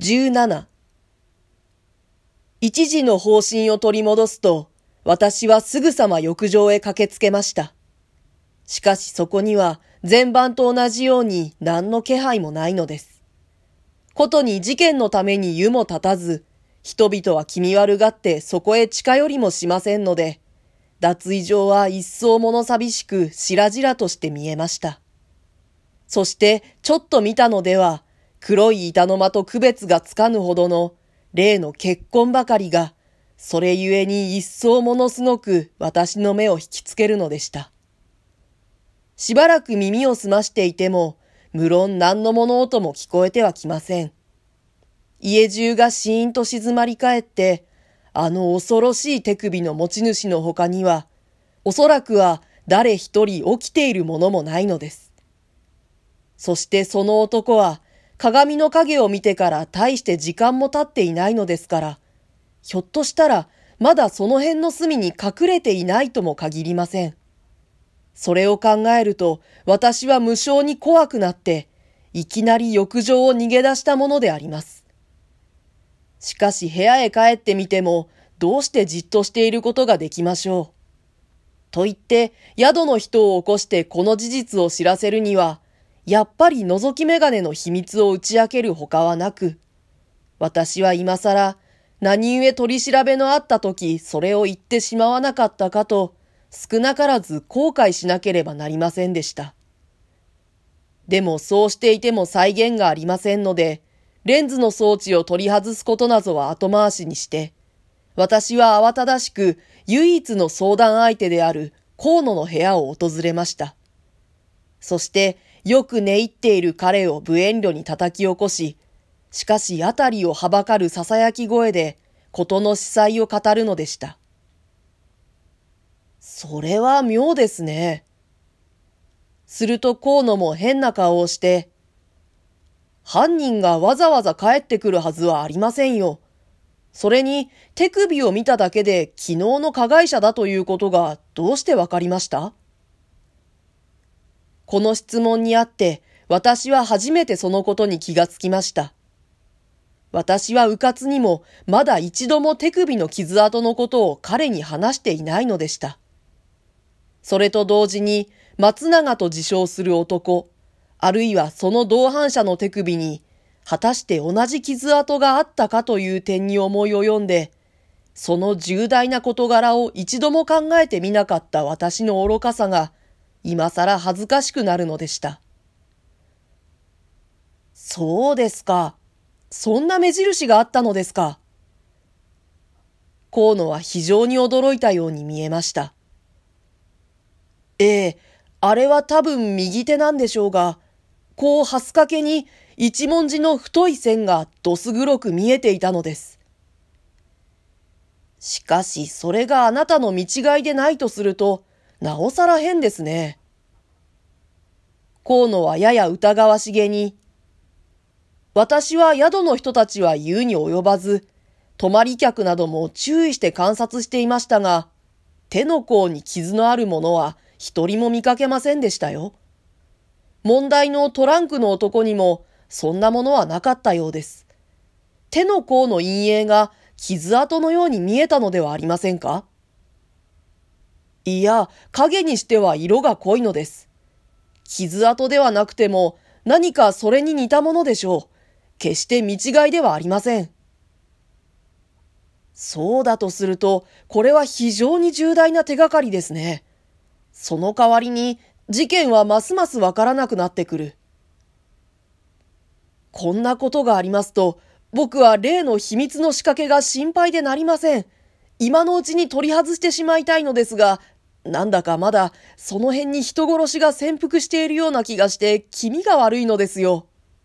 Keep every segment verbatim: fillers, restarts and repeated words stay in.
じゅうなな。一時の方針を取り戻すと、私はすぐさま浴場へ駆けつけました。しかしそこには前晩と同じように何の気配もないのです。ことに事件のために湯も立たず、人々は気味悪がってそこへ近寄りもしませんので、脱衣場は一層物寂しく白々として見えました。そしてちょっと見たのでは、黒い板の間と区別がつかぬほどの例の血痕ばかりが、それゆえに一層ものすごく私の目を引きつけるのでした。しばらく耳を澄ましていても、無論何の物音も聞こえてはきません。家中がシーンと静まり返って、あの恐ろしい手首の持ち主の他には、おそらくは誰一人起きているものもないのです。そしてその男は、鏡の影を見てから大して時間も経っていないのですから、ひょっとしたらまだその辺の隅に隠れていないとも限りません。それを考えると私は無性に怖くなって、いきなり浴場を逃げ出したものであります。しかし部屋へ帰ってみても、どうしてじっとしていることができましょう。と言って宿の人を起こしてこの事実を知らせるには、やっぱり覗き眼鏡の秘密を打ち明けるほかはなく、私は今さら何故取り調べのあった時それを言ってしまわなかったかと、少なからず後悔しなければなりませんでした。でもそうしていても際限がありませんので、レンズの装置を取り外すことなどは後回しにして、私は慌ただしく唯一の相談相手である河野の部屋を訪れました。そしてよく寝入っている彼を無遠慮に叩き起こし、しかしあたりをはばかる囁き声で事の司祭を語るのでした。それは妙ですね。すると河野も変な顔をして、犯人がわざわざ帰ってくるはずはありませんよ。それに手首を見ただけで昨日の加害者だということがどうしてわかりました？この質問にあって私は初めてそのことに気がつきました。私はうかつにもまだ一度も手首の傷跡のことを彼に話していないのでした。それと同時に松永と自称する男、あるいはその同伴者の手首に果たして同じ傷跡があったかという点に思い及んで、その重大な事柄を一度も考えてみなかった私の愚かさが今さら恥ずかしくなるのでした。そうですか。そんな目印があったのですか。河野は非常に驚いたように見えました。ええ、あれは多分右手なんでしょうが、こうはすかけに一文字の太い線がどす黒く見えていたのです。しかしそれがあなたの見違いでないとすると、なおさら変ですね。河野はやや疑わしげに、私は宿の人たちは言うに及ばず、泊まり客なども注意して観察していましたが、手の甲に傷のあるものは一人も見かけませんでしたよ。問題のトランクの男にもそんなものはなかったようです。手の甲の陰影が傷跡のように見えたのではありませんか？いや、影にしては色が濃いのです。傷跡ではなくても何かそれに似たものでしょう。決して見違いではありません。そうだとすると、これは非常に重大な手がかりですね。その代わりに事件はますますわからなくなってくる。こんなことがありますと、僕は例の秘密の仕掛けが心配でなりません。今のうちに取り外してしまいたいのですが、なんだかまだその辺に人殺しが潜伏しているような気がして気味が悪いのですよ。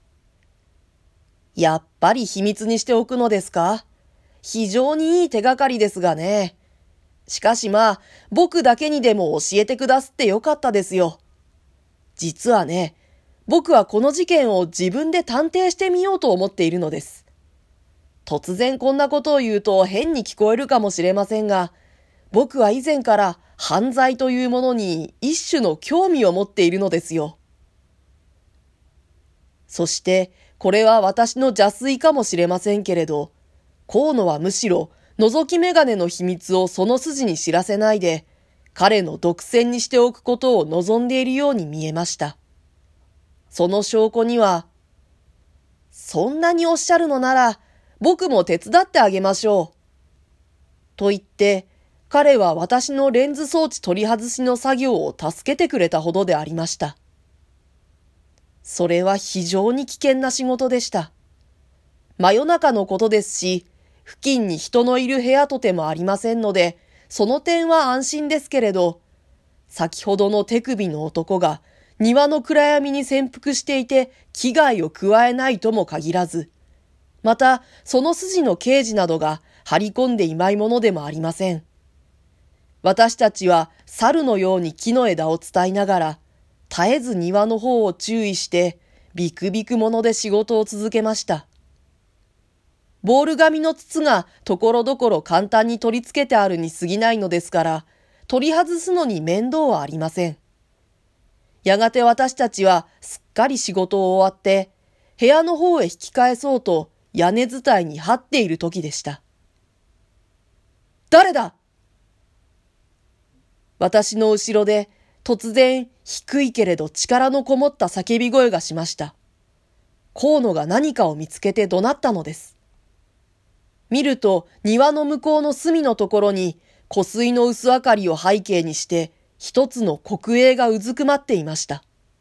やっぱり秘密にしておくのですか？非常にいい手がかりですがね。しかしまあ、僕だけにでも教えてくだすってよかったですよ。実はね、僕はこの事件を自分で探偵してみようと思っているのです。突然こんなことを言うと変に聞こえるかもしれませんが、僕は以前から犯罪というものに一種の興味を持っているのですよ。そしてこれは私の邪推かもしれませんけれど、河野はむしろ覗き眼鏡の秘密をその筋に知らせないで、彼の独占にしておくことを望んでいるように見えました。その証拠には、そんなにおっしゃるのなら、僕も手伝ってあげましょう。と言って、彼は私のレンズ装置取り外しの作業を助けてくれたほどでありました。それは非常に危険な仕事でした。真夜中のことですし、付近に人のいる部屋とてもありませんので、その点は安心ですけれど、先ほどの手首の男が庭の暗闇に潜伏していて危害を加えないとも限らず、またその筋の刑事などが張り込んでいないものでもありません。私たちは猿のように木の枝を伝いながら、絶えず庭の方を注意して、ビクビク者で仕事を続けました。ボール紙の筒がところどころ簡単に取り付けてあるに過ぎないのですから、取り外すのに面倒はありません。やがて私たちはすっかり仕事を終わって、部屋の方へ引き返そうと屋根伝いに張っている時でした。誰だ？私の後ろで突然低いけれど力のこもった叫び声がしました。河野が何かを見つけて怒鳴ったのです。見ると庭の向こうの隅のところに湖水の薄明かりを背景にして一つの黒影がうずくまっていました。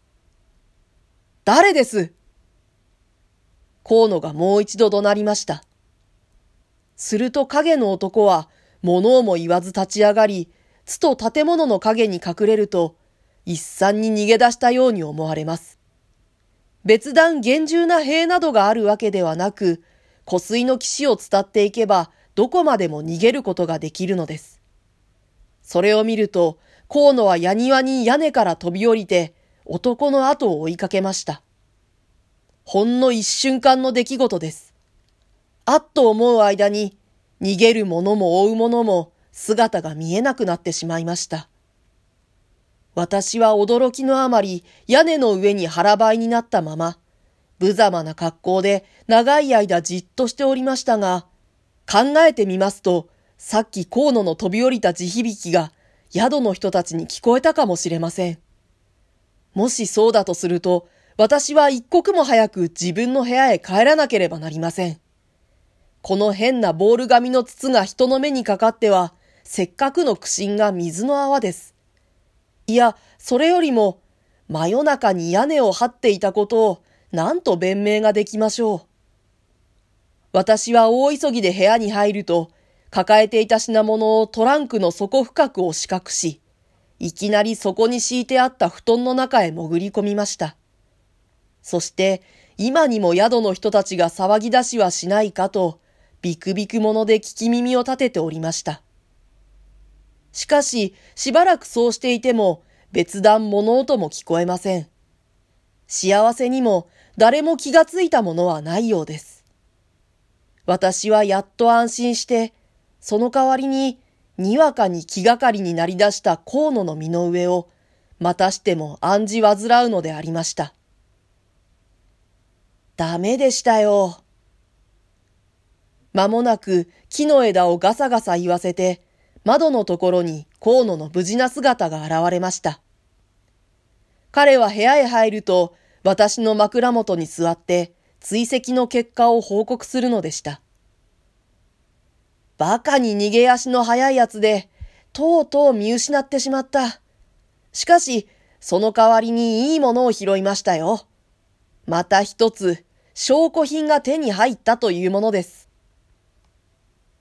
誰です？河野がもう一度怒鳴りました。すると影の男は物をも言わず立ち上がり、つと建物の影に隠れると、一山に逃げ出したように思われます。別段厳重な塀などがあるわけではなく、湖水の岸を伝っていけば、どこまでも逃げることができるのです。それを見ると、河野は矢庭に屋根から飛び降りて、男の後を追いかけました。ほんの一瞬間の出来事です。あっと思う間に、逃げる者も追う者も姿が見えなくなってしまいました。私は驚きのあまり屋根の上に腹ばいになったまま、無様な格好で長い間じっとしておりましたが、考えてみますと、さっき河野の飛び降りた地響きが宿の人たちに聞こえたかもしれません。もしそうだとすると、私は一刻も早く自分の部屋へ帰らなければなりません。この変なボール紙の筒が人の目にかかっては、せっかくの苦心が水の泡です。いや、それよりも、真夜中に屋根を張っていたことを、なんと弁明ができましょう。私は大急ぎで部屋に入ると、抱えていた品物をトランクの底深く押し隠し、いきなりそこに敷いてあった布団の中へ潜り込みました。そして、今にも宿の人たちが騒ぎ出しはしないかと、ビクビク者で聞き耳を立てておりました。しかし、しばらくそうしていても、別段物音も聞こえません。幸せにも、誰も気がついたものはないようです。私はやっと安心して、その代わりに、にわかに気がかりになり出した河野の身の上を、またしても案じ患うのでありました。ダメでしたよ。間もなく木の枝をガサガサ言わせて、窓のところに河野の無事な姿が現れました。彼は部屋へ入ると、私の枕元に座って、追跡の結果を報告するのでした。バカに逃げ足の速いやつで、とうとう見失ってしまった。しかし、その代わりにいいものを拾いましたよ。また一つ、証拠品が手に入ったというものです。